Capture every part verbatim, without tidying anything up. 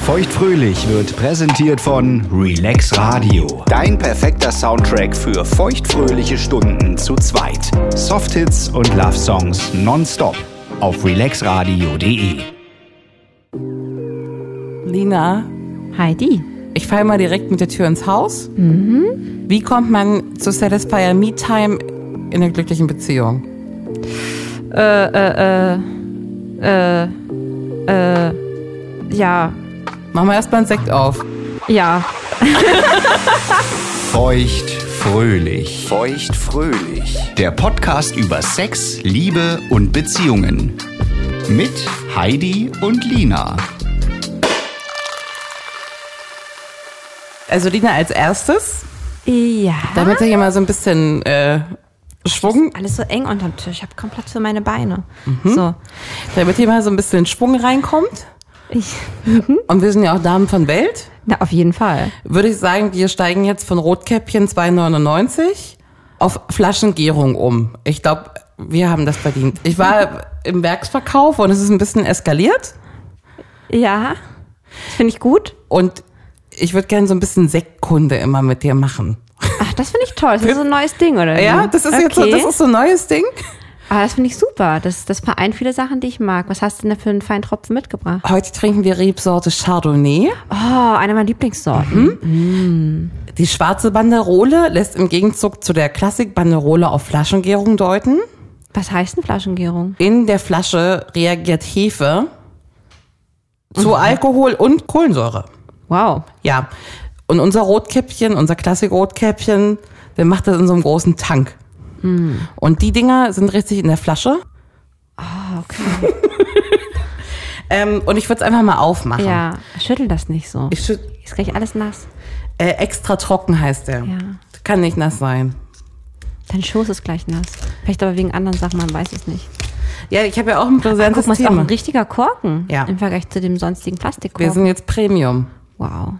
Feuchtfröhlich wird präsentiert von Relax Radio. Dein perfekter Soundtrack für feuchtfröhliche Stunden zu zweit. Softhits und Love-Songs nonstop auf relax radio punkt de. Lina. Heidi. Ich falle mal direkt mit der Tür ins Haus. Mhm. Wie kommt man zu Satisfier Me Time in einer glücklichen Beziehung? Äh, äh, äh, äh, äh, ja. Machen wir erstmal einen Sekt auf. Ja. Feuchtfröhlich. Feuchtfröhlich. Der Podcast über Sex, Liebe und Beziehungen. Mit Heidi und Lina. Also Lina als erstes, Ja. damit sich immer so ein bisschen äh, Schwung, Alles so eng unterm Tisch. Ich habe kaum Platz für meine Beine. Mhm. So. damit hier mal so ein bisschen Schwung reinkommt. Ich, Und wir sind ja auch Damen von Welt. na, auf jeden Fall. Würde ich sagen, wir steigen jetzt von Rotkäppchen zwei neunundneunzig auf Flaschengärung um. Ich glaube, wir haben das verdient. Ich war im Werksverkauf und es ist ein bisschen eskaliert. Ja. Das finde ich gut. Und ich würde gerne so ein bisschen Sektkunde immer mit dir machen. Ach, das finde ich toll. Das ist so ein neues Ding, oder? Ja, wie? das ist jetzt so, das ist so ein neues Ding. Aber das finde ich super. Das, das vereint viele Sachen, die ich mag. Was hast du denn da für einen feinen Tropfen mitgebracht? Heute trinken wir Rebsorte Chardonnay. Oh, eine meiner Lieblingssorten. Mhm. Die schwarze Banderole lässt im Gegenzug zu der Klassik-Banderole auf Flaschengärung deuten. Was heißt denn Flaschengärung? In der Flasche reagiert Hefe zu Alkohol und Kohlensäure. Wow. Ja, und unser Rotkäppchen, unser Klassik-Rotkäppchen, der macht das in so einem großen Tank. Mm. Und die Dinger sind richtig in der Flasche. Oh, okay. ähm, und ich würde es einfach mal aufmachen. Ja, schüttel das nicht so. Ich schütt, Ist gleich alles nass. äh, extra trocken heißt der. Ja. Kann nicht nass sein. Dein Schoß ist gleich nass. Vielleicht aber wegen anderen Sachen, man weiß es nicht. Ja, ich habe ja auch ein präsentes Guck mal, ist auch Thema. ein richtiger Korken. Ja. Im Vergleich zu dem sonstigen Wir Plastikkorken. sind jetzt Premium. Wow.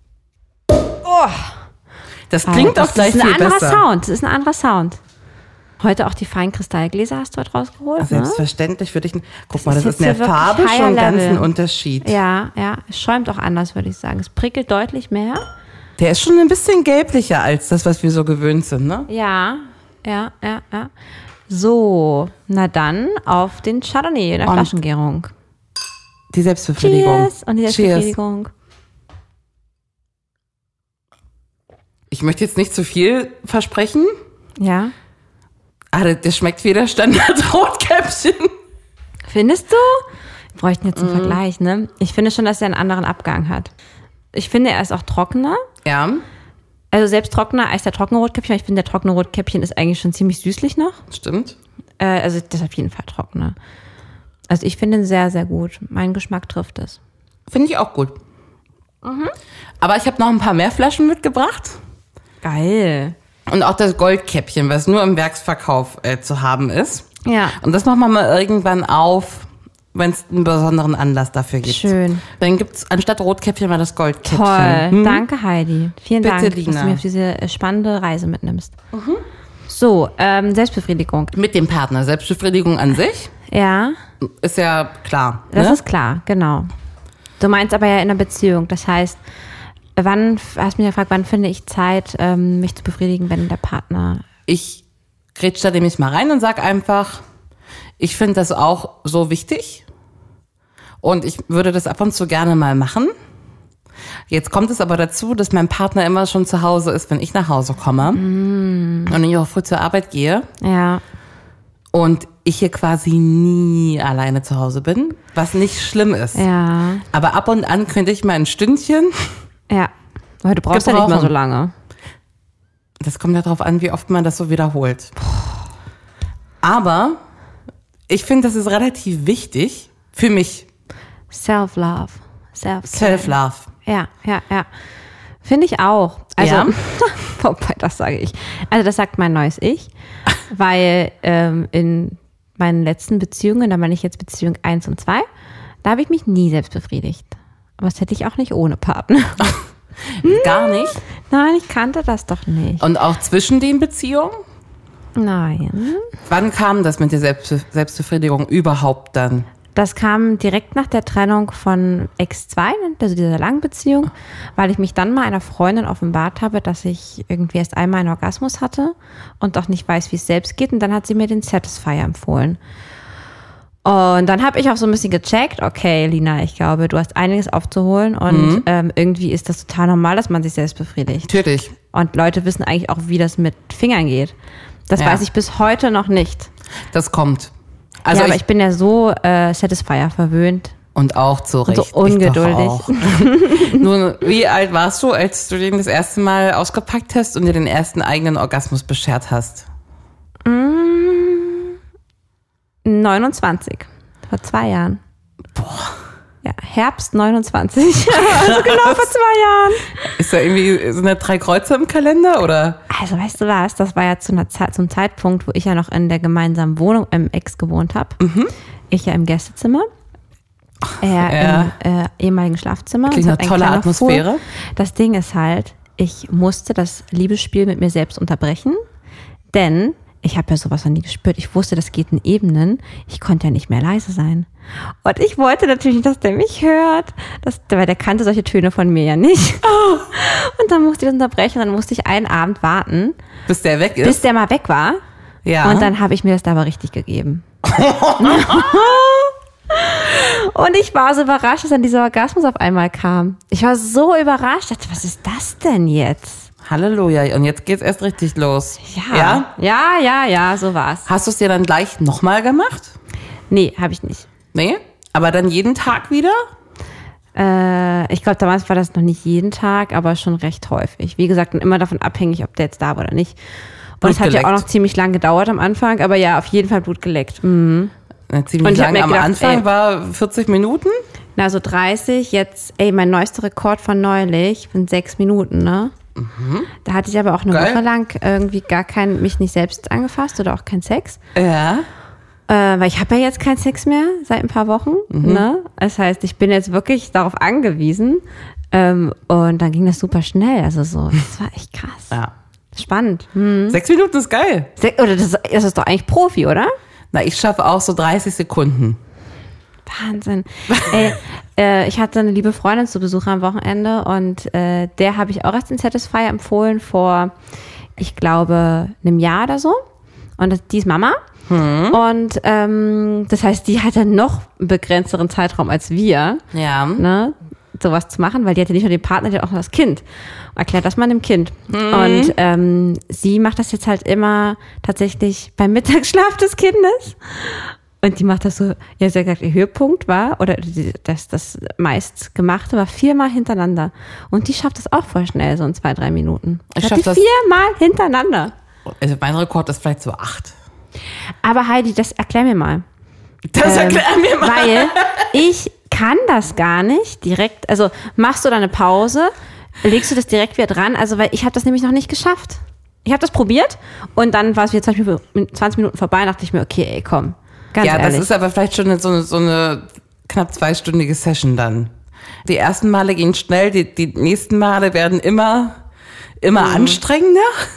Das klingt das auch gleich ist ein viel anderer besser. Sound. Das ist ein anderer Sound. Heute auch die feinen Kristallgläser hast du heute rausgeholt, ne? Selbstverständlich würde ich. Guck mal, ist das ist jetzt in der hier wirklich Farbe higher schon ein ganz Level. ein Unterschied. Ja, ja. Es schäumt auch anders, würde ich sagen. Es prickelt deutlich mehr. Der ist schon ein bisschen gelblicher als das, was wir so gewöhnt sind, ne? Ja, ja, ja, ja. So, na dann auf den Chardonnay in der Und Flaschengärung. Die Selbstbefriedigung. Cheers und die Cheers. Selbstbefriedigung. Ich möchte jetzt nicht zu viel versprechen. Ja. Ah, der, der schmeckt wie der Standard-Rotkäppchen. Findest du? Wir bräuchten jetzt einen Mhm. Vergleich, ne? Ich finde schon, dass er einen anderen Abgang hat. Ich finde, er ist auch trockener. Ja, Also selbst trockener als der trockene Rotkäppchen. Ich finde, der trockene Rotkäppchen ist eigentlich schon ziemlich süßlich noch. stimmt. Äh, also das ist auf jeden Fall trockener. Also ich finde ihn sehr, sehr gut. Mein Geschmack trifft es. Finde ich auch gut. Aber ich habe noch ein paar mehr Flaschen mitgebracht. Geil. Und auch das Goldkäppchen, was nur im Werksverkauf äh, zu haben ist. Ja. Und das machen wir mal irgendwann auf, wenn es einen besonderen Anlass dafür gibt. Schön. Dann gibt's anstatt Rotkäppchen mal das Goldkäppchen. Toll. Hm? Danke, Heidi. Vielen Bitte, Dank, Lina. dass du mir auf diese äh, spannende Reise mitnimmst. So, ähm, Selbstbefriedigung. Mit dem Partner. Selbstbefriedigung an sich Ja, ist ja klar. das ne? ist klar, genau. Du meinst aber ja in einer Beziehung. Das heißt, wann, hast mich gefragt, wann finde ich Zeit, ähm, mich zu befriedigen, wenn der Partner... Ich grätsch da nämlich mal rein und sag einfach, ich finde das auch so wichtig und ich würde das ab und zu gerne mal machen. Jetzt kommt es aber dazu, dass mein Partner immer schon zu Hause ist, wenn ich nach Hause komme Mm. und ich auch früh zur Arbeit gehe Ja, und ich hier quasi nie alleine zu Hause bin, was nicht schlimm ist. ja, Aber ab und an könnte ich mal ein Stündchen, ja. Aber du brauchst ja nicht mal Gebrauchen. so lange. das kommt ja darauf an, wie oft man das so wiederholt. Aber ich finde, das ist relativ wichtig für mich. Self-Love. Self-care. Self-Love. Ja, ja, ja. Finde ich auch. Also, Ja? wobei, das sage ich. Also, das sagt mein neues Ich, weil ähm, in meinen letzten Beziehungen, da meine ich jetzt Beziehung eins und zwei, da habe ich mich nie selbst befriedigt. Aber das hätte ich auch nicht ohne Partner. Gar nicht. Nein, ich kannte das doch nicht. Und auch zwischen den Beziehungen? Nein. Wann kam das mit der Selbst Selbstbefriedigung überhaupt dann? Das kam direkt nach der Trennung von Ex zwei, also dieser langen Beziehung, weil ich mich dann mal einer Freundin offenbart habe, dass ich irgendwie erst einmal einen Orgasmus hatte und auch nicht weiß, wie es selbst geht. Und dann hat sie mir den Satisfier empfohlen. Und dann habe ich auch so ein bisschen gecheckt, okay, Lina, ich glaube, du hast einiges aufzuholen und mhm. ähm, irgendwie ist das total normal, dass man sich selbst befriedigt. Natürlich. Und Leute wissen eigentlich auch, wie das mit Fingern geht. Das ja. weiß ich bis heute noch nicht. Das kommt. Also ja, aber ich, ich bin ja so äh, Satisfier verwöhnt. Und auch zu Recht. Und so ungeduldig. Nun, wie alt warst du, als du den das erste Mal ausgepackt hast und dir den ersten eigenen Orgasmus beschert hast? Mm, neunundzwanzig. Vor zwei Jahren. Boah. Ja, Herbst neunundzwanzig. Also genau vor zwei Jahren. Ist da irgendwie so eine drei Kreuze im Kalender, oder? Also weißt du was, das war ja zu einer Zeit, zum Zeitpunkt, wo ich ja noch in der gemeinsamen Wohnung im Ex gewohnt habe. Mhm. Ich ja im Gästezimmer. Er ja. im äh, ehemaligen Schlafzimmer. Klingt eine tolle Atmosphäre. Fuhr. Das Ding ist halt, ich musste das Liebesspiel mit mir selbst unterbrechen, denn ich habe ja sowas noch nie gespürt. Ich wusste, das geht in Ebenen. Ich konnte ja nicht mehr leise sein. Und ich wollte natürlich nicht, dass der mich hört. Das, weil der kannte solche Töne von mir ja nicht. Oh. Und dann musste ich das unterbrechen. Dann musste ich einen Abend warten. Bis der weg ist? Bis der mal weg war. Ja. Und dann habe ich mir das da aber richtig gegeben. Und ich war so überrascht, dass dann dieser Orgasmus auf einmal kam. Ich war so überrascht. Ich dachte, was ist das denn jetzt? Halleluja, und jetzt geht's erst richtig los. Ja, ja, ja, ja, ja, so war's. Hast du es dir dann gleich nochmal gemacht? Nee, habe ich nicht. Nee? Aber dann jeden Tag wieder? Äh, ich glaube, damals war das noch nicht jeden Tag, aber schon recht häufig. Wie gesagt, immer davon abhängig, ob der jetzt da war oder nicht. Und es hat ja auch noch ziemlich lang gedauert am Anfang, aber ja, auf jeden Fall Blut geleckt. Mhm. Ja, ziemlich lang am gedacht, Anfang ey, war vierzig Minuten? Na, so dreißig, jetzt, ey, mein neuester Rekord von neulich sind sechs Minuten, ne? Mhm. Da hatte ich aber auch eine Geil. Woche lang irgendwie gar kein, mich nicht selbst angefasst oder auch keinen Sex. Ja. Äh, weil ich habe ja jetzt keinen Sex mehr seit ein paar Wochen. Mhm. Ne? Das heißt, ich bin jetzt wirklich darauf angewiesen. Ähm, und dann ging das super schnell. Also so, das war echt krass. Ja. Spannend. Hm. Sechs Minuten ist geil. Sech, oder das, das ist doch eigentlich Profi, oder? Na, ich schaffe auch so dreißig Sekunden. Wahnsinn. Ey, äh, ich hatte eine liebe Freundin zu Besuch am Wochenende und äh, der habe ich auch erst den Satisfier empfohlen vor, ich glaube, einem Jahr oder so. Und das, die ist Mama. Hm. Und ähm, das heißt, die hatte noch einen begrenzteren Zeitraum als wir, ja. ne, sowas zu machen, weil die hatte nicht nur den Partner, die hat auch noch das Kind. Erklärt das mal dem Kind. Hm. Und ähm, sie macht das jetzt halt immer tatsächlich beim Mittagsschlaf des Kindes. Und die macht das so, ja, sie hat gesagt, ihr Höhepunkt war, oder das, das meist gemachte war viermal hintereinander. Und die schafft das auch voll schnell, so in zwei, drei Minuten. Ich schaff das viermal hintereinander. Also mein Rekord ist vielleicht so acht. Aber Heidi, das erklär mir mal. Das ähm, erklär mir mal. Weil ich kann das gar nicht direkt, also machst du da eine Pause, legst du das direkt wieder dran, also weil ich habe das nämlich noch nicht geschafft. Ich habe das probiert und dann war es wieder zwanzig Minuten vorbei, dachte ich mir, okay, ey, komm. Ganz ja, ehrlich. Das ist aber vielleicht schon so eine, so eine knapp zweistündige Session dann. Die ersten Male gehen schnell, die, die nächsten Male werden immer, immer mhm. anstrengender.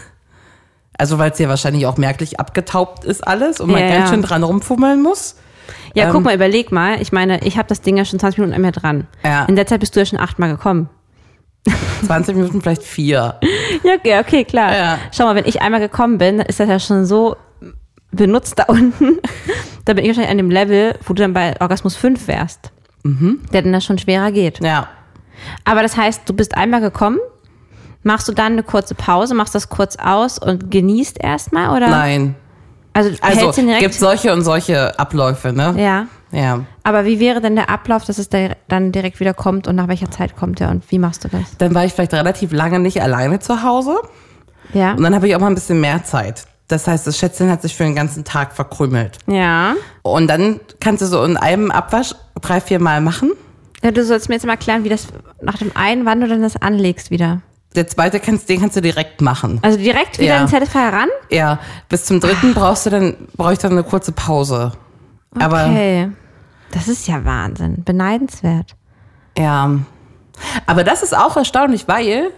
Also weil es ja wahrscheinlich auch merklich abgetaubt ist alles und man ja, ganz ja. schön dran rumfummeln muss. Ja, ähm, guck mal, überleg mal. Ich meine, ich habe das Ding ja schon zwanzig Minuten an mir dran. Ja. In der Zeit bist du ja schon achtmal gekommen. zwanzig Minuten, vielleicht vier. Ja, okay, okay, klar. Ja. Schau mal, wenn ich einmal gekommen bin, ist das ja schon so benutzt da unten. Da bin ich wahrscheinlich an dem Level, wo du dann bei Orgasmus fünf wärst. Mhm. Der dann das schon schwerer geht. Ja. Aber das heißt, du bist einmal gekommen, machst du dann eine kurze Pause, machst das kurz aus und genießt erstmal, oder? Nein. Also, also hältst du direkt? Gibt solche und solche Abläufe, ne? Ja. Ja. Aber wie wäre denn der Ablauf, dass es da dann direkt wieder kommt und nach welcher Zeit kommt er und wie machst du das? Dann war ich vielleicht relativ lange nicht alleine zu Hause. Ja. Und dann habe ich auch mal ein bisschen mehr Zeit. Das heißt, das Schätzchen hat sich für den ganzen Tag verkrümelt. Ja. Und dann kannst du so in einem Abwasch drei, vier Mal machen. Ja, du sollst mir jetzt mal erklären, wie das nach dem einen, wann du dann das anlegst wieder. Der zweite, kannst, den kannst du direkt machen. Also direkt wieder ja. in den Satisfier ran? Ja. Bis zum dritten brauchst du dann, brauche ich dann eine kurze Pause. Aber, okay. Das ist ja Wahnsinn. Beneidenswert. Ja. Aber das ist auch erstaunlich, weil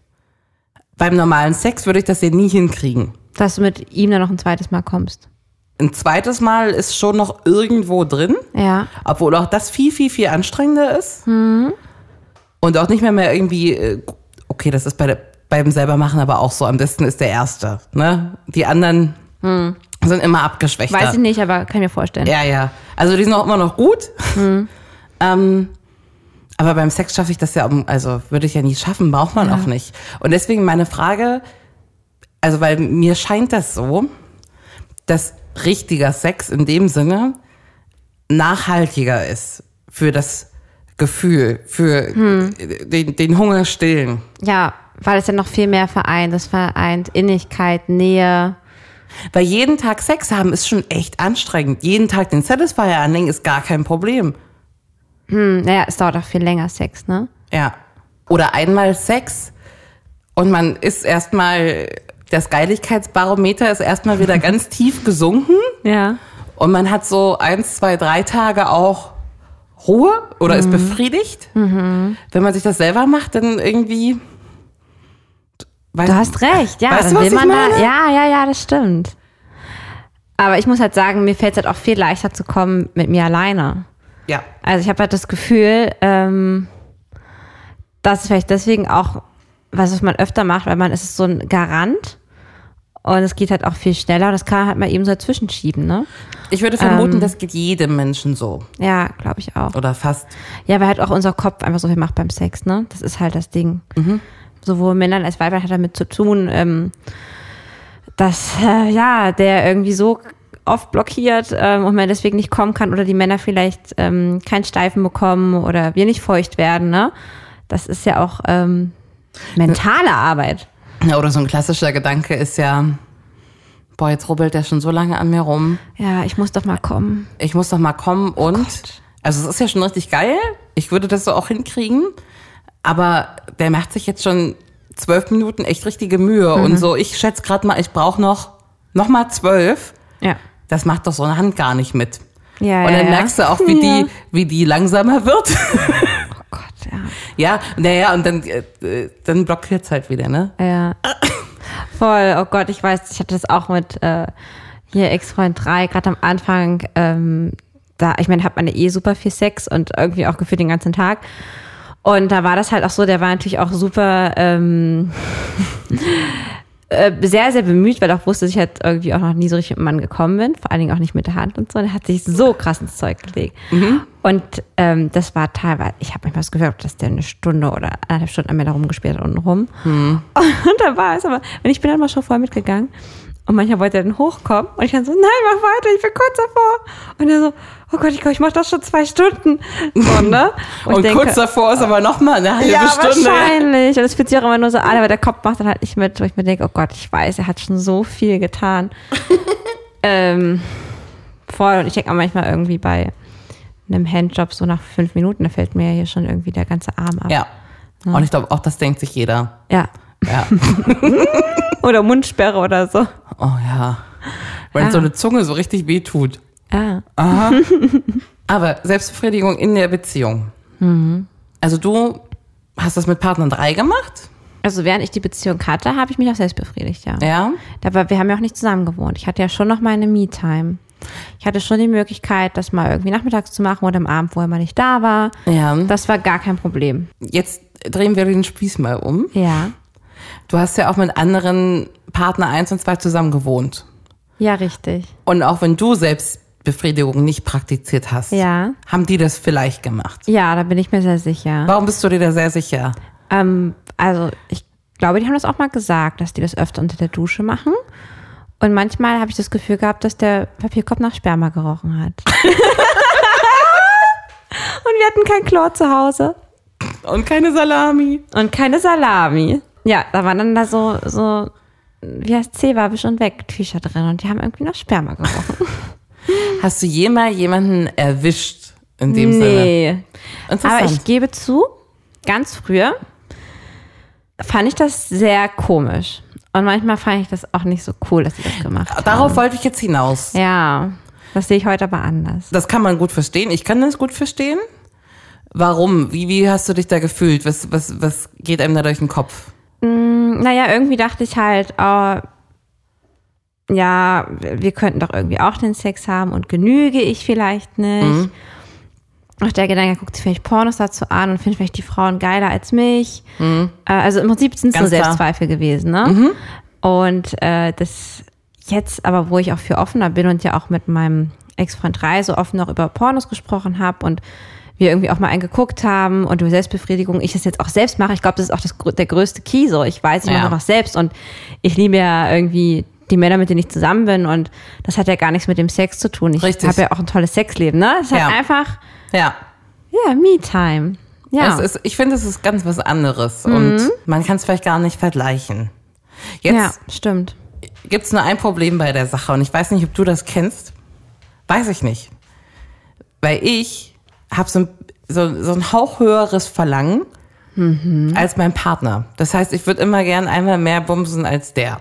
beim normalen Sex würde ich das ja nie hinkriegen. Dass du mit ihm dann noch ein zweites Mal kommst. ein zweites Mal ist schon noch irgendwo drin. Ja. Obwohl auch das viel, viel, viel anstrengender ist. Mhm. Und auch nicht mehr mehr irgendwie, okay, das ist bei der, beim selbermachen aber auch so, am besten ist der erste. Ne? Die anderen hm. sind immer abgeschwächter. Weiß ich nicht, aber kann ich mir vorstellen. Ja, ja. Also die sind auch immer noch gut. Hm. ähm, aber beim Sex schaffe ich das ja, also würde ich ja nie schaffen, braucht man ja. auch nicht. Und deswegen meine Frage, also weil mir scheint das so, dass richtiger Sex in dem Sinne nachhaltiger ist für das Gefühl, für hm. den, den Hunger stillen. Ja, weil es ja noch viel mehr vereint. Es vereint Innigkeit, Nähe. Weil jeden Tag Sex haben ist schon echt anstrengend. Jeden Tag den Satisfier anlegen ist gar kein Problem. Hm, naja, es dauert auch viel länger Sex, ne? Ja. Oder einmal Sex und man ist erstmal, das Geiligkeitsbarometer ist erstmal wieder ganz tief gesunken. Ja. Und man hat so eins, zwei, drei Tage auch Ruhe oder mhm. ist befriedigt. Mhm. Wenn man sich das selber macht, dann irgendwie. Weißt, du hast recht, ja. Weißt dann du, was will man ich meine? Da, ja, ja, ja, das stimmt. Aber ich muss halt sagen, mir fällt es halt auch viel leichter zu kommen mit mir alleine. Ja. Also ich habe halt das Gefühl, ähm, dass es vielleicht deswegen auch, was man öfter macht, weil man ist so ein Garant und es geht halt auch viel schneller und das kann man halt mal eben so dazwischen schieben, ne? Ich würde vermuten, ähm, das geht jedem Menschen so. Ja, glaube ich auch. Oder fast. Ja, weil halt auch unser Kopf einfach so viel macht beim Sex, ne? Das ist halt das Ding. Mhm. Sowohl Männern als Weibern hat damit zu tun, ähm, dass äh, ja der irgendwie so oft blockiert ähm, und man deswegen nicht kommen kann oder die Männer vielleicht ähm, keinen Steifen bekommen oder wir nicht feucht werden, ne? Das ist ja auch ähm, mentale Arbeit. Ja, oder so ein klassischer Gedanke ist ja, boah, jetzt rubbelt der schon so lange an mir rum. Ja, ich muss doch mal kommen. Ich muss doch mal kommen und, oh also es ist ja schon richtig geil, ich würde das so auch hinkriegen, aber der macht sich jetzt schon zwölf Minuten echt richtige Mühe mhm. und so, ich schätze gerade mal, ich brauche noch, noch mal zwölf. Ja. Das macht doch so eine Hand gar nicht mit. Ja, und dann ja, merkst du auch, wie ja. die, wie die langsamer wird. Oh Gott, ja. Ja, naja, und dann, äh, dann blockiert's halt wieder, ne? Ja. Voll, oh Gott, ich weiß, ich hatte das auch mit äh, hier Ex-Freund drei, gerade am Anfang, ähm, da, ich meine, hat man ja eh super viel Sex und irgendwie auch gefühlt den ganzen Tag. Und da war das halt auch so, der war natürlich auch super ähm, äh, sehr, sehr bemüht, weil er auch wusste, dass ich halt irgendwie auch noch nie so richtig mit dem Mann gekommen bin, vor allen Dingen auch nicht mit der Hand und so. Und er hat sich so krass ins Zeug gelegt. Mhm. Und ähm, das war teilweise, ich habe manchmal das Gefühl, dass der eine Stunde oder eineinhalb Stunden an mir da rumgespielt hat unten rum. Mhm. Und da war es aber, und ich bin dann mal schon voll mitgegangen. Und manchmal wollte er dann hochkommen. Und ich dann so, nein, mach weiter, ich bin kurz davor. Und er so, oh Gott, ich glaube, ich mache das schon zwei Stunden. So, ne? Und, und ich denke, kurz davor ist aber noch mal eine halbe ja, Stunde. Ja, wahrscheinlich. Und es fühlt sich auch immer nur so an, aber der Kopf macht dann halt nicht mit. Wo ich mir denke, oh Gott, ich weiß, er hat schon so viel getan. ähm, voll. Und ich denke auch manchmal irgendwie bei einem Handjob so nach fünf Minuten, da fällt mir hier schon irgendwie der ganze Arm ab. Ja. ja. Und ich glaube, auch das denkt sich jeder. Ja. Ja. Oder Mundsperre oder so. Oh ja. Wenn ja. so eine Zunge so richtig wehtut. Ja. Aha. Aber Selbstbefriedigung in der Beziehung. Mhm. Also du hast das mit Partner drei gemacht? Also während ich die Beziehung hatte, habe ich mich auch selbst befriedigt, ja. Ja? Aber wir haben ja auch nicht zusammen gewohnt. Ich hatte ja schon noch meine Me-Time. Ich hatte schon die Möglichkeit, das mal irgendwie nachmittags zu machen oder am Abend, wo er mal nicht da war. Ja. Das war gar kein Problem. Jetzt drehen wir den Spieß mal um. Ja. Du hast ja auch mit anderen Partner eins und zwei zusammen gewohnt. Ja, richtig. Und auch wenn du Selbstbefriedigung nicht praktiziert hast, ja. haben die das vielleicht gemacht? Ja, da bin ich mir sehr sicher. Warum bist du dir da sehr sicher? Ähm, also ich glaube, die haben das auch mal gesagt, dass die das öfter unter der Dusche machen. Und manchmal habe ich das Gefühl gehabt, dass der Papierkorb nach Sperma gerochen hat. Und wir hatten kein Klo zu Hause. Und keine Salami. Und keine Salami. Ja, da waren dann da so, so wie heißt C-Wabisch und weg, Tücher drin und die haben irgendwie nach Sperma gerochen. Hast du jemals jemanden erwischt in dem nee. Sinne? Nee. Aber ich gebe zu, ganz früher fand ich das sehr komisch. Und manchmal fand ich das auch nicht so cool, dass sie das gemacht haben. Darauf wollte ich jetzt hinaus. Ja, das sehe ich heute aber anders. Das kann man gut verstehen. Ich kann das gut verstehen. Warum? Wie, wie hast du dich da gefühlt? Was, was, was geht einem da durch den Kopf? Mm, naja, irgendwie dachte ich halt, oh, ja, wir könnten doch irgendwie auch den Sex haben und genüge ich vielleicht nicht. Mhm. Auch der Gedanke, guckt sich vielleicht Pornos dazu an und findet vielleicht die Frauen geiler als mich. Mhm. Also im Prinzip sind es nur Selbstzweifel gewesen. Ne? Mhm. Und äh, das jetzt aber, wo ich auch viel offener bin und ja auch mit meinem Ex-Freund Rai so offen noch über Pornos gesprochen habe und wir irgendwie auch mal einen geguckt haben und über Selbstbefriedigung, ich das jetzt auch selbst mache. Ich glaube, das ist auch das, der größte Key so. Ich weiß, ich mache was selbst und ich liebe ja irgendwie die Männer, mit denen ich zusammen bin und das hat ja gar nichts mit dem Sex zu tun. Ich habe ja auch ein tolles Sexleben, ne? Es hat ja. einfach, ja, ja, Me-Time. Ja. Es ist, ich finde, es ist ganz was anderes mhm. und man kann es vielleicht gar nicht vergleichen. Jetzt ja, stimmt. Gibt es nur ein Problem bei der Sache und ich weiß nicht, ob du das kennst. Weiß ich nicht. Weil ich habe so, so, so ein hauchhöheres Verlangen mhm. als mein Partner. Das heißt, ich würde immer gern einmal mehr bumsen als der.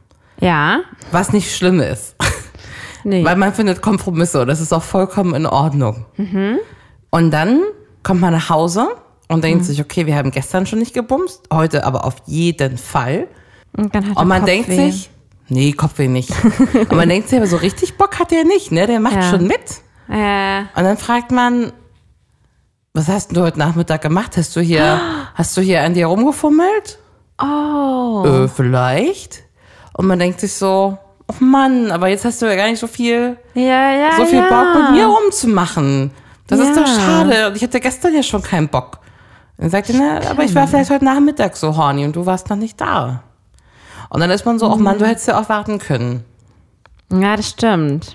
Ja. Was nicht schlimm ist. Nee. Weil man findet Kompromisse und das ist auch vollkommen in Ordnung. Mhm. Und dann kommt man nach Hause und denkt mhm. sich, okay, wir haben gestern schon nicht gebumst, heute aber auf jeden Fall. Und, dann hat und man Kopfweh. denkt sich, nee, Kopfweh nicht. Und man denkt sich aber so richtig Bock hat der nicht, ne? Der macht ja. schon mit. Äh. Und dann fragt man, was hast du heute Nachmittag gemacht? Hast du hier, oh. hast du hier an dir rumgefummelt? Oh. Äh, vielleicht. Und man denkt sich so, oh Mann, aber jetzt hast du ja gar nicht so viel, ja, ja, so viel ja. Bock mit mir rumzumachen. Das ja. ist doch schade. Und ich hatte gestern ja schon keinen Bock. Und dann sagt er, na, aber ich war vielleicht heute Nachmittag so horny und du warst noch nicht da. Und dann ist man so, oh Mann, du hättest ja auch warten können. Ja, das stimmt.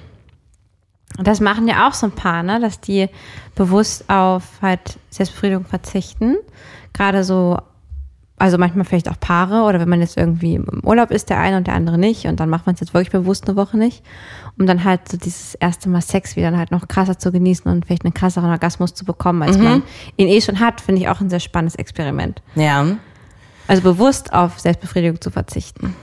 Das machen ja auch so ein paar, ne, dass die bewusst auf halt Selbstbefriedigung verzichten. Gerade so, also manchmal vielleicht auch Paare oder wenn man jetzt irgendwie im Urlaub ist, der eine und der andere nicht und dann macht man es jetzt wirklich bewusst eine Woche nicht, um dann halt so dieses erste Mal Sex wieder halt noch krasser zu genießen und vielleicht einen krasseren Orgasmus zu bekommen, als mhm. man ihn eh schon hat, finde ich auch ein sehr spannendes Experiment. Ja. Also bewusst auf Selbstbefriedigung zu verzichten.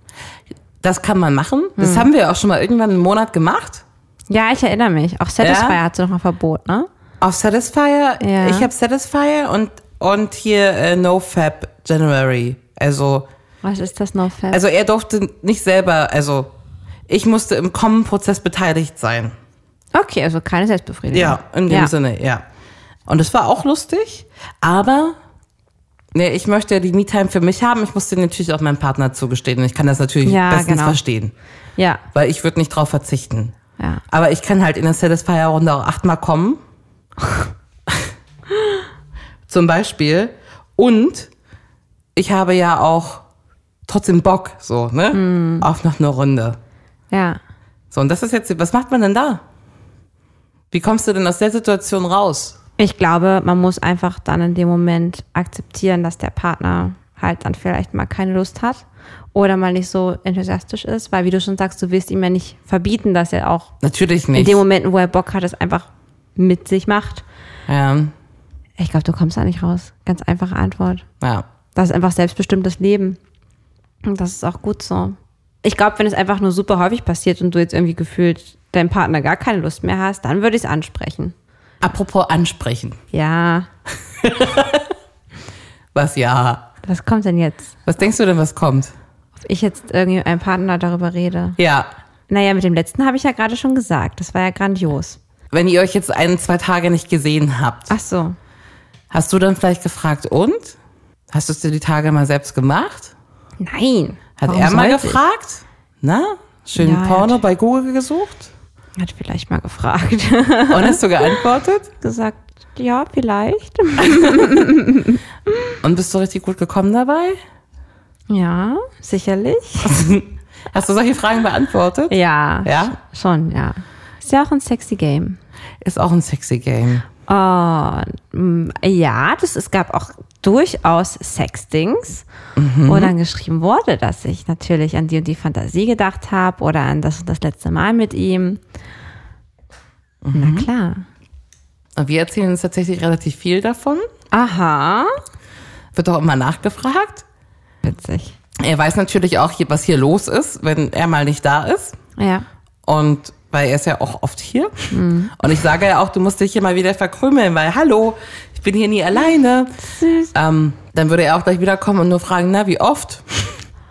Das kann man machen. Das hm. haben wir auch schon mal irgendwann einen Monat gemacht. Ja, ich erinnere mich. Auch Satisfyer ja. hat sie noch mal Verbot, ne? Auf Satisfyer? Ja. Ich habe Satisfyer und, und hier äh, NoFap January. Also. Was ist das NoFap? Also er durfte nicht selber, also ich musste im Kommenprozess beteiligt sein. Okay, also keine Selbstbefriedigung. Ja, in dem ja. Sinne, ja. Und es war auch lustig, aber nee, ich möchte ja die Me-Time für mich haben. Ich muss den natürlich auch meinem Partner zugestehen. Und ich kann das natürlich ja, bestens genau. verstehen. Ja. Weil ich würde nicht drauf verzichten. Ja. Aber ich kann halt in der Satisfyer-Runde auch achtmal kommen. Zum Beispiel. Und ich habe ja auch trotzdem Bock, so, ne? Mm. Auf noch eine Runde. Ja. So, und das ist jetzt, was macht man denn da? Wie kommst du denn aus der Situation raus? Ich glaube, man muss einfach dann in dem Moment akzeptieren, dass der Partner halt dann vielleicht mal keine Lust hat oder mal nicht so enthusiastisch ist, weil wie du schon sagst, du willst ihm ja nicht verbieten, dass er auch natürlich nicht in den Momenten, wo er Bock hat, es einfach mit sich macht. Ja. Ich glaube, du kommst da nicht raus. Ganz einfache Antwort. Ja. Das ist einfach selbstbestimmtes Leben. Und das ist auch gut so. Ich glaube, wenn es einfach nur super häufig passiert und du jetzt irgendwie gefühlt deinem Partner gar keine Lust mehr hast, dann würde ich es ansprechen. Apropos ansprechen. Ja. Was ja? Was kommt denn jetzt? Was denkst du denn, was kommt? Ob ich jetzt irgendwie mit einem Partner darüber rede? Ja. Naja, mit dem letzten habe ich ja gerade schon gesagt. Das war ja grandios. Wenn ihr euch jetzt ein, zwei Tage nicht gesehen habt. Ach so. Hast du dann vielleicht gefragt, und? Hast du es dir die Tage mal selbst gemacht? Nein. Hat er mal gefragt? Na? Schön ja, Porno bei Google gesucht? Hat vielleicht mal gefragt. Und hast du geantwortet? Gesagt, ja, vielleicht. Und bist du richtig gut gekommen dabei? Ja, sicherlich. Hast du solche Fragen beantwortet? Ja. Ja? Schon, ja. Ist ja auch ein sexy Game. Ist auch ein sexy Game. Und, ja, das, es gab auch durchaus Sextings, mhm. wo dann geschrieben wurde, dass ich natürlich an die und die Fantasie gedacht habe oder an das und das letzte Mal mit ihm. Mhm. Na klar. Und wir erzählen uns tatsächlich relativ viel davon. Aha. Wird auch immer nachgefragt. Witzig. Er weiß natürlich auch, was hier los ist, wenn er mal nicht da ist. Ja. Und weil er ist ja auch oft hier. Mhm. Und ich sage ja auch, du musst dich hier mal wieder verkrümeln, weil hallo, ich bin hier nie alleine. Süß. Ähm, dann würde er auch gleich wiederkommen und nur fragen, na, wie oft?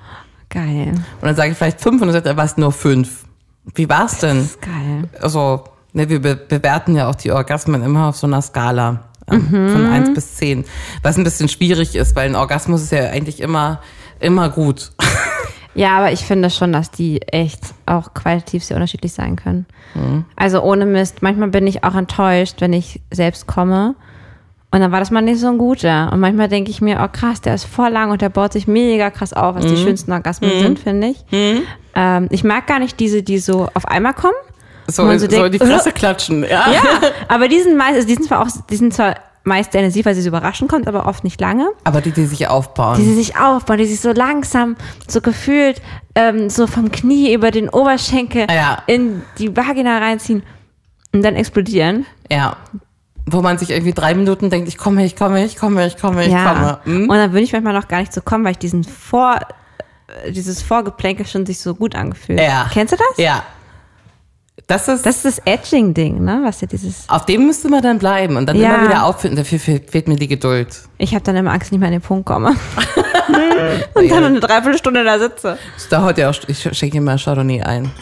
Geil. Und dann sage ich vielleicht fünf und dann sagt er, was, nur fünf. Wie war's denn? Das ist geil. Also, ne, wir be- bewerten ja auch die Orgasmen immer auf so einer Skala äh, mhm. von eins bis zehn. Was ein bisschen schwierig ist, weil ein Orgasmus ist ja eigentlich immer, immer gut. Ja, aber ich finde schon, dass die echt auch qualitativ sehr unterschiedlich sein können. Mhm. Also ohne Mist, manchmal bin ich auch enttäuscht, wenn ich selbst komme. Und dann war das mal nicht so ein guter. Und manchmal denke ich mir, oh krass, der ist voll lang und der baut sich mega krass auf, was mhm. die schönsten Orgasmen mhm. sind, finde ich. Mhm. Ähm, ich mag gar nicht diese, die so auf einmal kommen. So, so, so denkt, die Fresse klatschen, ja. Ja, aber die sind meist, also die sind zwar auch, die sind zwar meist sehr intensiv, weil sie so überraschend kommt, aber oft nicht lange. Aber die, die sich aufbauen. Die, die sich aufbauen, die sich so langsam, so gefühlt, ähm, so vom Knie über den Oberschenkel ja. in die Vagina reinziehen und dann explodieren. Ja. Wo man sich irgendwie drei Minuten denkt, ich komme, ich komme, ich komme, ich komme, ich ja. komme. Hm? Und dann würde ich manchmal noch gar nicht so kommen, weil ich diesen Vor, dieses Vorgeplänkel schon sich so gut angefühlt. Ja. Kennst du das? Ja. Das ist, das ist das Edging-Ding, ne? Was ja dieses. Auf dem müsste man dann bleiben und dann ja. immer wieder auffinden. Dafür fehlt, fehlt mir die Geduld. Ich habe dann immer Angst, nicht mehr an den Punkt komme. Und dann eine Dreiviertelstunde da sitze. Das dauert ja auch. Ich schenke dir mal Chardonnay ein.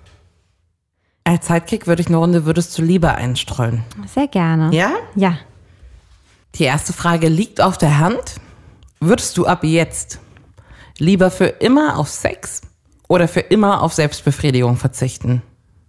Als Sidekick würde ich eine Runde würdest du lieber einstreuen. Sehr gerne. Ja? Ja. Die erste Frage liegt auf der Hand. Würdest du ab jetzt lieber für immer auf Sex oder für immer auf Selbstbefriedigung verzichten?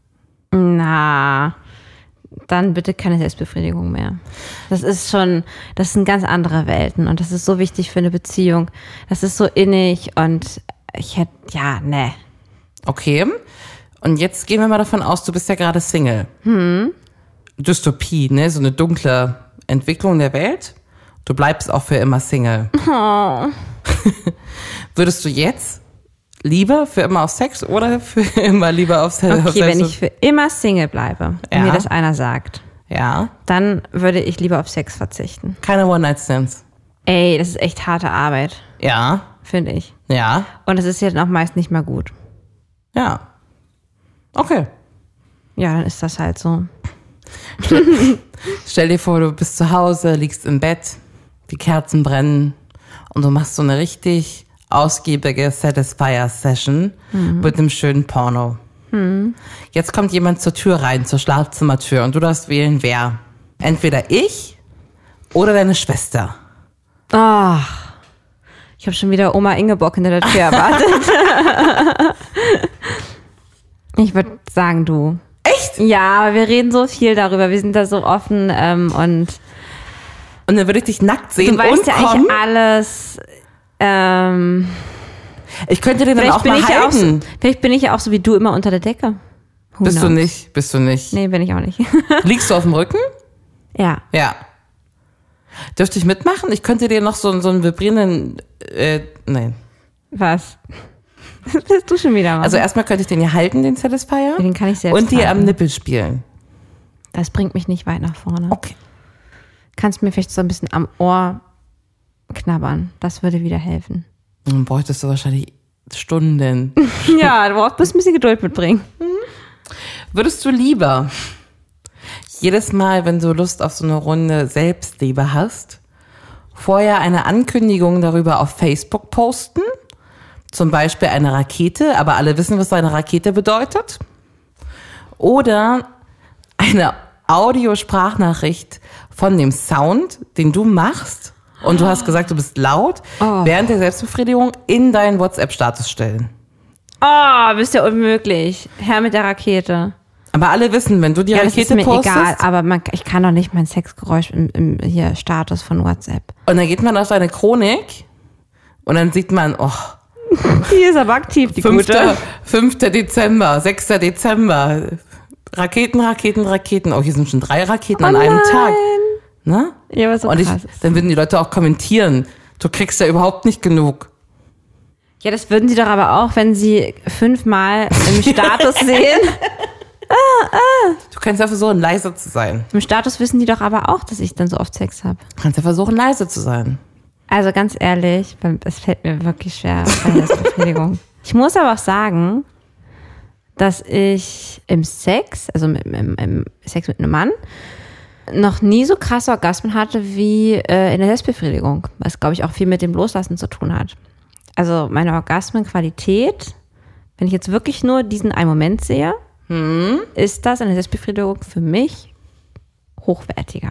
Na, dann bitte keine Selbstbefriedigung mehr. Das ist schon, das sind ganz andere Welten und das ist so wichtig für eine Beziehung. Das ist so innig und ich hätte, ja, ne. Okay. Und jetzt gehen wir mal davon aus, du bist ja gerade Single. Hm. Dystopie, ne? So eine dunkle Entwicklung der Welt. Du bleibst auch für immer Single. Oh. Würdest du jetzt lieber für immer auf Sex oder für immer lieber auf Sex? Okay, wenn ich für immer Single bleibe, wenn ja. mir das einer sagt, ja. dann würde ich lieber auf Sex verzichten. Keine One-Night-Stands. Ey, das ist echt harte Arbeit. Ja. Finde ich. Ja. Und es ist ja dann auch meist nicht mehr gut. Ja. Okay. Ja, dann ist das halt so. Stell, stell dir vor, du bist zu Hause, liegst im Bett, die Kerzen brennen und du machst so eine richtig ausgiebige Satisfier-Session mhm. mit einem schönen Porno. Mhm. Jetzt kommt jemand zur Tür rein, zur Schlafzimmertür und du darfst wählen, wer. Entweder ich oder deine Schwester. Ach, ich habe schon wieder Oma Ingeborg hinter der Tür erwartet. Ich würde sagen, du. Echt? Ja, aber wir reden so viel darüber. Wir sind da so offen ähm, und und dann würde ich dich nackt sehen. Du weißt und ja kommen. eigentlich alles. Ähm, ich könnte dir dann auch mal ja halten. So, vielleicht bin ich ja auch so wie du immer unter der Decke. Who Bist knows? du nicht? Bist du nicht? Nee, bin ich auch nicht. Liegst du auf dem Rücken? Ja. Ja. Dürfte ich mitmachen? Ich könnte dir noch so, so einen vibrierenden, äh, nein. Was? Das willst du schon wieder machen? Also erstmal könnte ich den hier halten, den Satisfier. Den kann ich selbst Und dir halten. am Nippel spielen. Das bringt mich nicht weit nach vorne. Okay. Kannst mir vielleicht so ein bisschen am Ohr knabbern. Das würde wieder helfen. Dann bräuchtest du wahrscheinlich Stunden. Ja, du brauchst ein bisschen Geduld mitbringen. Würdest du lieber jedes Mal, wenn du Lust auf so eine Runde Selbstliebe hast, vorher eine Ankündigung darüber auf Facebook posten? Zum Beispiel eine Rakete, aber alle wissen, was eine Rakete bedeutet. Oder eine Audiosprachnachricht von dem Sound, den du machst, und du hast gesagt, du bist laut, oh. während der Selbstbefriedigung in deinen WhatsApp-Status stellen. Oh, bist ja unmöglich. Herr mit der Rakete. Aber alle wissen, wenn du die ja, Rakete das ist mir postest. Egal, aber man, ich kann doch nicht mein Sexgeräusch im, im hier Status von WhatsApp. Und dann geht man auf deine Chronik und dann sieht man, oh. Die ist aber aktiv, die gute. fünfter Dezember, sechster Dezember. Raketen, Raketen, Raketen. Oh, hier sind schon drei Raketen oh an einem nein. Tag. Ne? Ja, was so und ich, krass ist. Dann würden die Leute auch kommentieren. Du kriegst ja überhaupt nicht genug. Ja, das würden sie doch aber auch, wenn sie fünfmal im Status sehen. Ah, ah. Du kannst ja versuchen, leise zu sein. Im Status wissen die doch aber auch, dass ich dann so oft Sex habe. Du kannst ja versuchen, leise zu sein. Also ganz ehrlich, es fällt mir wirklich schwer bei der Befriedigung. Ich muss aber auch sagen, dass ich im Sex, also im, im, im Sex mit einem Mann, noch nie so krasse Orgasmen hatte wie äh, in der Selbstbefriedigung. Was, glaube ich, auch viel mit dem Loslassen zu tun hat. also meine Orgasmenqualität, wenn ich jetzt wirklich nur diesen einen Moment sehe, hm. ist das eine Selbstbefriedigung für mich hochwertiger.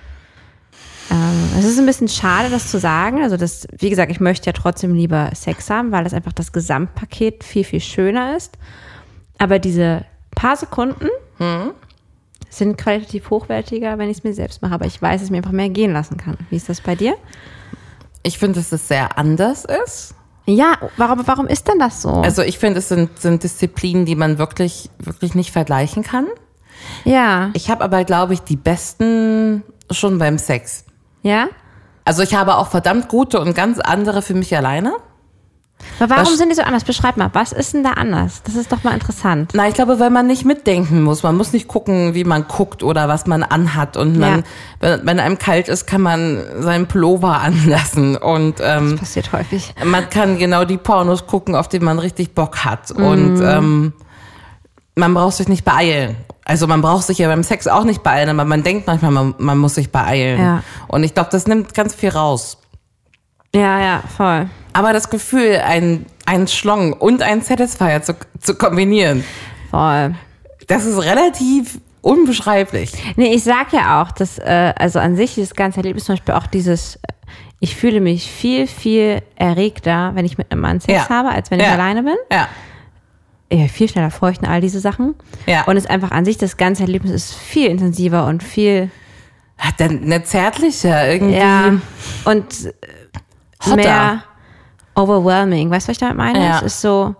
Ähm, es ist ein bisschen schade, das zu sagen. Also das, wie gesagt, ich möchte ja trotzdem lieber Sex haben, weil das einfach das Gesamtpaket viel, viel schöner ist. Aber diese paar Sekunden hm. sind qualitativ hochwertiger, wenn ich es mir selbst mache. Aber ich weiß, dass ich mir einfach mehr gehen lassen kann. Wie ist das bei dir? Ich finde, dass es sehr anders ist. Ja, warum, warum ist denn das so? Also ich finde, es sind, sind Disziplinen, die man wirklich, wirklich nicht vergleichen kann. Ja. Ich habe aber, glaube ich, die besten schon beim Sex. Ja? Also ich habe auch verdammt gute und ganz andere für mich alleine. Aber warum das, sind die so anders? Beschreib mal, was ist denn da anders? Das ist doch mal interessant. Na, ich glaube, weil man nicht mitdenken muss. Man muss nicht gucken, wie man guckt oder was man anhat. Und man, ja. wenn, wenn einem kalt ist, kann man seinen Pullover anlassen. Und ähm, das passiert häufig. Man kann genau die Pornos gucken, auf die man richtig Bock hat. Mm. Und ähm, man braucht sich nicht beeilen. Also man braucht sich ja beim Sex auch nicht beeilen, aber man denkt manchmal, man, man muss sich beeilen. Ja. Und ich glaube, das nimmt ganz viel raus. Ja, ja, voll. Aber das Gefühl, ein, ein Schlong und ein Satisfier zu, zu kombinieren, voll. Das ist relativ unbeschreiblich. Nee, ich sag ja auch, dass, äh, also an sich das ganze Erlebnis, zum Beispiel auch dieses, ich fühle mich viel, viel erregter, wenn ich mit einem Mann Sex ja. habe, als wenn ich ja. alleine bin. Ja. Ja, viel schneller feuchten, all diese Sachen. Ja. Und es ist einfach an sich, das ganze Erlebnis ist viel intensiver und viel... Hat dann eine zärtliche irgendwie... Ja, und hotter. Mehr overwhelming. Weißt du, was ich damit meine? Ja. Es ist so...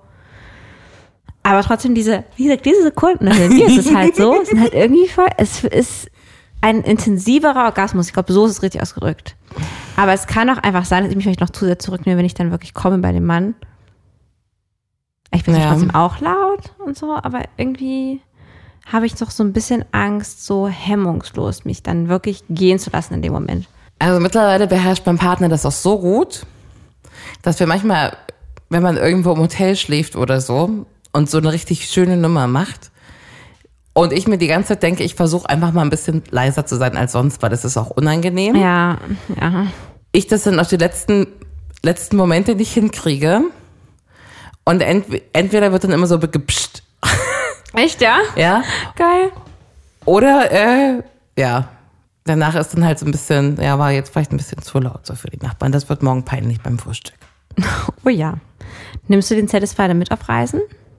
Aber trotzdem diese, wie gesagt, diese Sekunden, also mir ist es halt so, es sind halt irgendwie voll... Es ist ein intensiverer Orgasmus. Ich glaube, so ist es richtig ausgedrückt. Aber es kann auch einfach sein, dass ich mich vielleicht noch zu sehr zurücknehme, wenn ich dann wirklich komme bei dem Mann. Ich bin ja. trotzdem auch laut und so, aber irgendwie habe ich doch so ein bisschen Angst, so hemmungslos mich dann wirklich gehen zu lassen in dem Moment. Also mittlerweile beherrscht mein Partner das auch so gut, dass wir manchmal, wenn man irgendwo im Hotel schläft oder so und so eine richtig schöne Nummer macht und ich mir die ganze Zeit denke, ich versuche einfach mal ein bisschen leiser zu sein als sonst, weil das ist auch unangenehm. Ja, ja. Ich das dann auf die letzten, letzten Momente nicht hinkriege. Und ent- entweder wird dann immer so gepscht. Echt, ja? Ja. Geil. Oder, äh, ja, danach ist dann halt so ein bisschen, ja, war jetzt vielleicht ein bisschen zu laut so für die Nachbarn. Das wird morgen peinlich beim Frühstück. Oh ja. Nimmst du den Satisfier mit auf Reisen?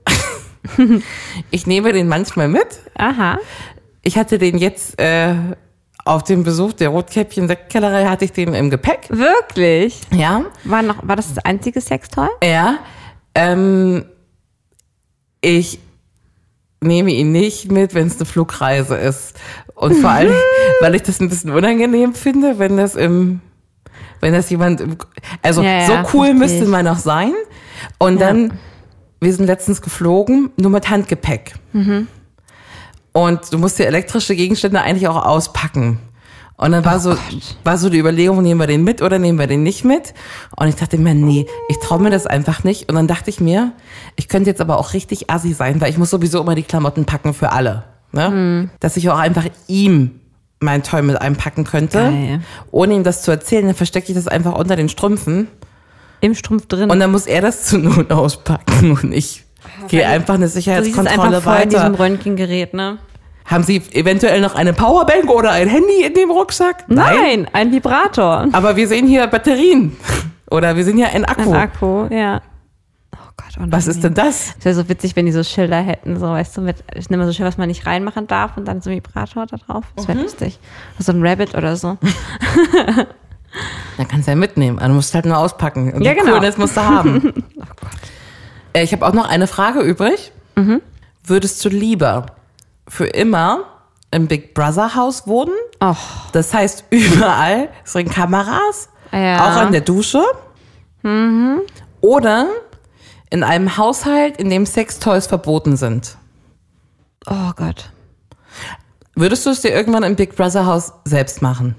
Ich nehme den manchmal mit. Aha. Ich hatte den jetzt äh, auf dem Besuch der Rotkäppchen-Sektkellerei, hatte ich den im Gepäck. Wirklich? Ja. War, noch, war das das einzige Sextoy? Ja. Ähm, ich nehme ihn nicht mit, wenn es eine Flugreise ist. Und vor allem, weil ich das ein bisschen unangenehm finde, wenn das im, wenn das jemand, im, also ja, so ja, cool müsste man auch sein. Und ja. dann, wir sind letztens geflogen, nur mit Handgepäck. Mhm. Und du musst die elektrische Gegenstände eigentlich auch auspacken. Und dann war, oh so, Gott. war so die Überlegung, nehmen wir den mit oder nehmen wir den nicht mit? Und ich dachte mir, nee, ich traue mir das einfach nicht. Und dann dachte ich mir, ich könnte jetzt aber auch richtig assi sein, weil ich muss sowieso immer die Klamotten packen für alle. Ne? Mhm. Dass ich auch einfach ihm mein Toy mit einpacken könnte, Geil. ohne ihm das zu erzählen. Dann verstecke ich das einfach unter den Strümpfen. Im Strumpf drin. Und dann muss er das zur Not auspacken und ich gehe einfach eine Sicherheitskontrolle einfach voll weiter. in diesem Röntgengerät, ne? Haben Sie eventuell noch eine Powerbank oder ein Handy in dem Rucksack? Nein, Nein ein Vibrator. Aber wir sehen hier Batterien. Oder wir sehen hier ein Akku. Ein Akku, ja. Oh Gott, oh nein. Was ist denn das? Das wäre so witzig, wenn die so Schilder hätten, so, weißt du, mit, ich nehme so Schilder, was man nicht reinmachen darf und dann so ein Vibrator da drauf. Das wäre mhm. lustig. So ein Rabbit oder so. Dann kannst du ja mitnehmen. Du musst halt nur auspacken. Und ja, genau. Cool, das musst du haben. Oh Gott. Ich habe auch noch eine Frage übrig. Mhm. Würdest du lieber für immer im Big Brother Haus wohnen? Och. Das heißt, überall sind Kameras, ja. auch an der Dusche. Mhm. Oder in einem Haushalt, in dem Sextoys verboten sind. Oh Gott. Würdest du es dir irgendwann im Big Brother Haus selbst machen?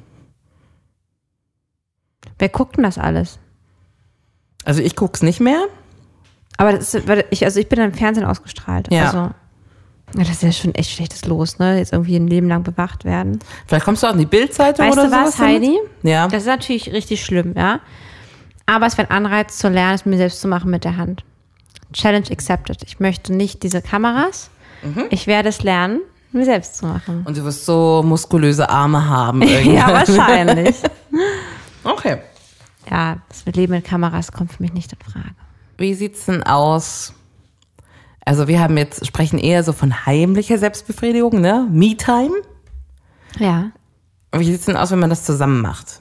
Wer guckt denn das alles? Also ich guck's nicht mehr. Aber das ist, weil ich, also ich bin dann im Fernsehen ausgestrahlt. Ja. Also, das ist ja schon echt schlechtes Los, ne? Jetzt irgendwie ein Leben lang bewacht werden. Vielleicht kommst du auch in die Bildzeitung weißt oder du was, sowas Heidi? Ja. Das ist natürlich richtig schlimm, ja. Aber es wäre ein Anreiz zu lernen, es mir selbst zu machen mit der Hand. Challenge accepted. Ich möchte nicht diese Kameras. Mhm. Ich werde es lernen, mir selbst zu machen. Und du wirst so muskulöse Arme haben. Irgendwann. Ja, wahrscheinlich. Okay. Ja, das Leben mit Kameras kommt für mich nicht in Frage. Wie sieht's denn aus? Also wir haben jetzt, sprechen eher so von heimlicher Selbstbefriedigung, ne? Me-Time. Ja. Wie sieht's denn aus, wenn man das zusammen macht?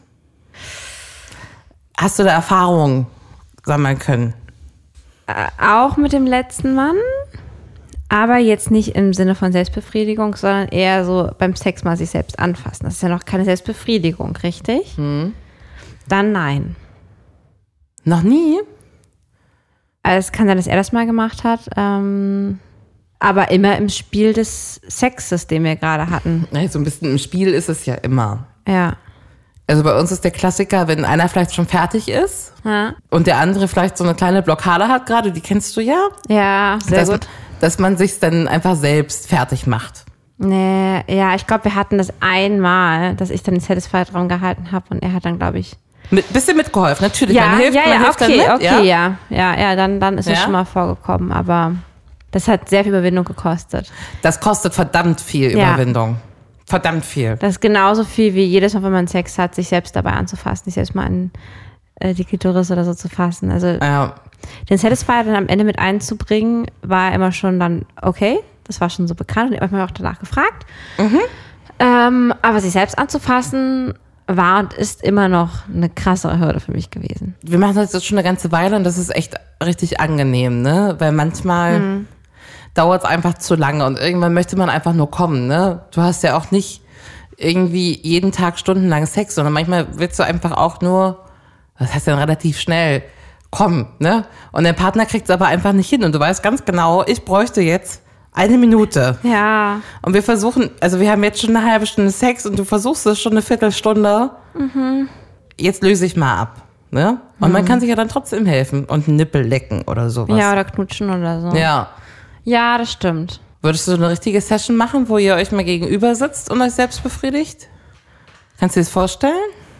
Hast du da Erfahrungen sammeln können? Äh, auch mit dem letzten Mann, aber jetzt nicht im Sinne von Selbstbefriedigung, sondern eher so beim Sex mal sich selbst anfassen. Das ist ja noch keine Selbstbefriedigung, richtig? Hm. Dann nein. Noch nie? Also es kann sein, dass er das mal gemacht hat, ähm, aber immer im Spiel des Sexes, den wir gerade hatten. Ja, so ein bisschen im Spiel ist es ja immer. Ja. Also bei uns ist der Klassiker, wenn einer vielleicht schon fertig ist ja. und der andere vielleicht so eine kleine Blockade hat gerade, die kennst du ja. Ja, sehr dass, gut. Dass man sich dann einfach selbst fertig macht. Nee, ja, ich glaube, wir hatten das einmal, dass ich dann den Satisfier dran gehalten habe und er hat dann, glaube ich... Mit, bisschen mitgeholfen, natürlich. Ja, man hilft, ja, man ja, hilft okay, dann mit, okay, ja. ja. Ja, ja, dann, dann ist es ja? schon mal vorgekommen, aber das hat sehr viel Überwindung gekostet. Das kostet verdammt viel ja. Überwindung. Verdammt viel. Das ist genauso viel wie jedes Mal, wenn man Sex hat, sich selbst dabei anzufassen, sich selbst mal an äh, die Klitoris oder so zu fassen. Also ja. den Satisfier dann am Ende mit einzubringen, war immer schon dann okay. Das war schon so bekannt und ich habe mich auch danach gefragt. Mhm. Ähm, aber sich selbst anzufassen war und ist immer noch eine krassere Hürde für mich gewesen. Wir machen das jetzt schon eine ganze Weile und das ist echt richtig angenehm, ne? Weil manchmal hm. dauert es einfach zu lange und irgendwann möchte man einfach nur kommen, ne? Du hast ja auch nicht irgendwie jeden Tag stundenlang Sex, sondern manchmal willst du einfach auch nur, das heißt dann relativ schnell, kommen, ne? Und der Partner kriegt es aber einfach nicht hin und du weißt ganz genau, ich bräuchte jetzt eine Minute. Ja. Und wir versuchen, also wir haben jetzt schon eine halbe Stunde Sex und du versuchst es schon eine Viertelstunde. Mhm. Jetzt löse ich mal ab. Ne? Und mhm. man kann sich ja dann trotzdem helfen und einen Nippel lecken oder sowas. Ja, oder knutschen oder so. Ja. Ja, das stimmt. Würdest du so eine richtige Session machen, wo ihr euch mal gegenüber sitzt und euch selbst befriedigt? Kannst du dir das vorstellen?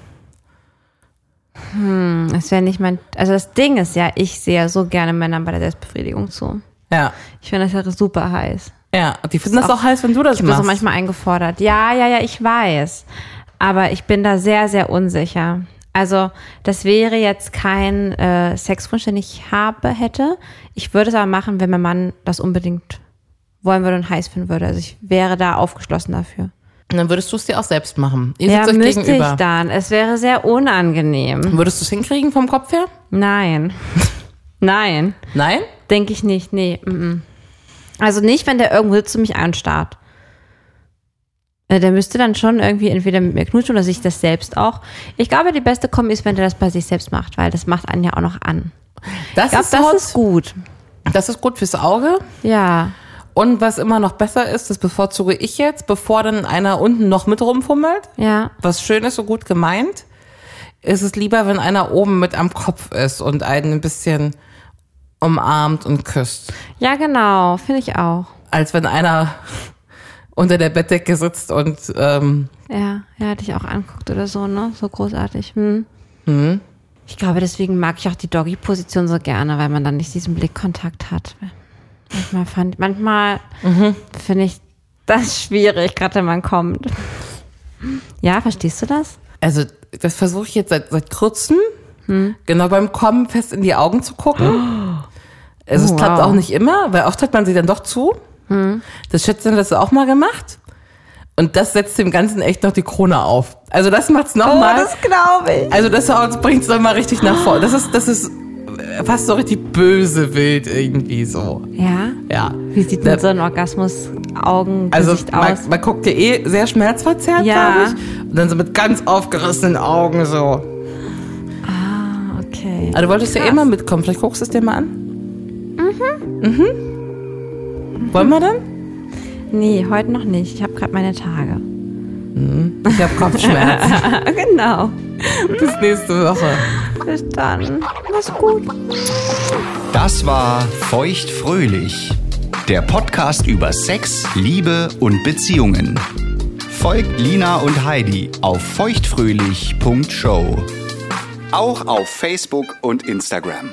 Hm, das wäre nicht mein... Also das Ding ist ja, ich sehe ja so gerne Männern bei der Selbstbefriedigung zu. Ja. Ich finde das ja super heiß. Ja, die finden das auch, auch heiß, wenn du das ich machst. Ich bin so manchmal eingefordert. Ja, ja, ja, ich weiß. Aber ich bin da sehr, sehr unsicher. Also das wäre jetzt kein äh, Sexwunsch, den ich habe, hätte. Ich würde es aber machen, wenn mein Mann das unbedingt wollen würde und heiß finden würde. Also ich wäre da aufgeschlossen dafür. Und dann würdest du es dir auch selbst machen. Ihr ja, sitzt euch müsste gegenüber. ich dann. Es wäre sehr unangenehm. Würdest du es hinkriegen vom Kopf her? Nein. Nein. Nein? Denke ich nicht, nee. Mm-mm. Also nicht, wenn der irgendwo sitzt und mich anstarrt. Der müsste dann schon irgendwie entweder mit mir knutschen oder sich das selbst auch. Ich glaube, die beste Kombi ist, wenn der das bei sich selbst macht, weil das macht einen ja auch noch an. Das, ich glaube, ist, das hot. ist gut. Das ist gut fürs Auge. Ja. Und was immer noch besser ist, das bevorzuge ich jetzt, bevor dann einer unten noch mit rumfummelt. Ja. Was schön ist, so gut gemeint, ist es lieber, wenn einer oben mit am Kopf ist und einen ein bisschen umarmt und küsst. Ja, genau. Finde ich auch. Als wenn einer unter der Bettdecke sitzt und ähm, ja, ja, dich auch anguckt oder so, ne? So großartig. Hm. Hm. Ich glaube, deswegen mag ich auch die Doggy-Position so gerne, weil man dann nicht diesen Blickkontakt hat. Manchmal fand, manchmal mhm. finde ich das schwierig, gerade wenn man kommt. Ja, verstehst du das? Also, das versuche ich jetzt seit, seit kurzem, hm. genau beim Kommen fest in die Augen zu gucken. Oh. Also, es oh, klappt wow. auch nicht immer, weil oft hat man sie dann doch zu. Hm. Das Schätzchen hat das auch mal gemacht. Und das setzt dem Ganzen echt noch die Krone auf. Also, das macht's nochmal. Oh, das glaube ich. Also, das bringt's nochmal richtig nach vorne. Das ist, das ist fast so richtig böse wild irgendwie so. Ja? Ja. Wie sieht denn so ein Orgasmus-Augen-Gesicht also, aus? Man, man guckt ja eh sehr schmerzverzerrt, ja. glaube ich. Und dann so mit ganz aufgerissenen Augen so. Ah, okay. Also du wolltest Krass. ja eh mal mitkommen. Vielleicht guckst du es dir mal an. Mhm. Mhm. Wollen wir dann? Nee, heute noch nicht. Ich habe gerade meine Tage. Mhm. Ich habe Kopfschmerzen. Genau. Bis nächste Woche. Bis dann. Mach's gut. Das war Feuchtfröhlich, der Podcast über Sex, Liebe und Beziehungen. Folgt Lina und Heidi auf feuchtfröhlich punkt show. Auch auf Facebook und Instagram.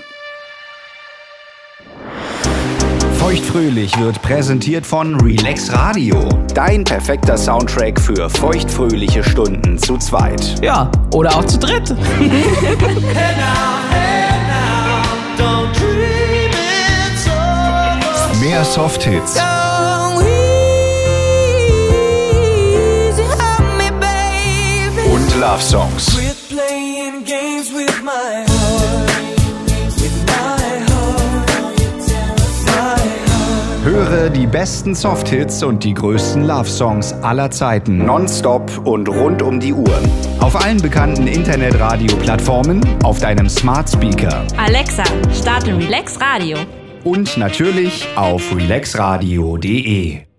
Feuchtfröhlich wird präsentiert von Relax Radio. Dein perfekter Soundtrack für feuchtfröhliche Stunden zu zweit. Ja, oder auch zu dritt. Hey now, hey now, don't dream it's over. Mehr Softhits. Go easy on me, baby. Und Love Songs. Quit playing games with my heart, with my heart, my heart. Höre die besten Softhits und die größten Love Songs aller Zeiten. Nonstop und rund um die Uhr. Auf allen bekannten Internetradio-Plattformen, auf deinem Smart Speaker. Alexa, starte Relax Radio. Und natürlich auf relax radio punkt de.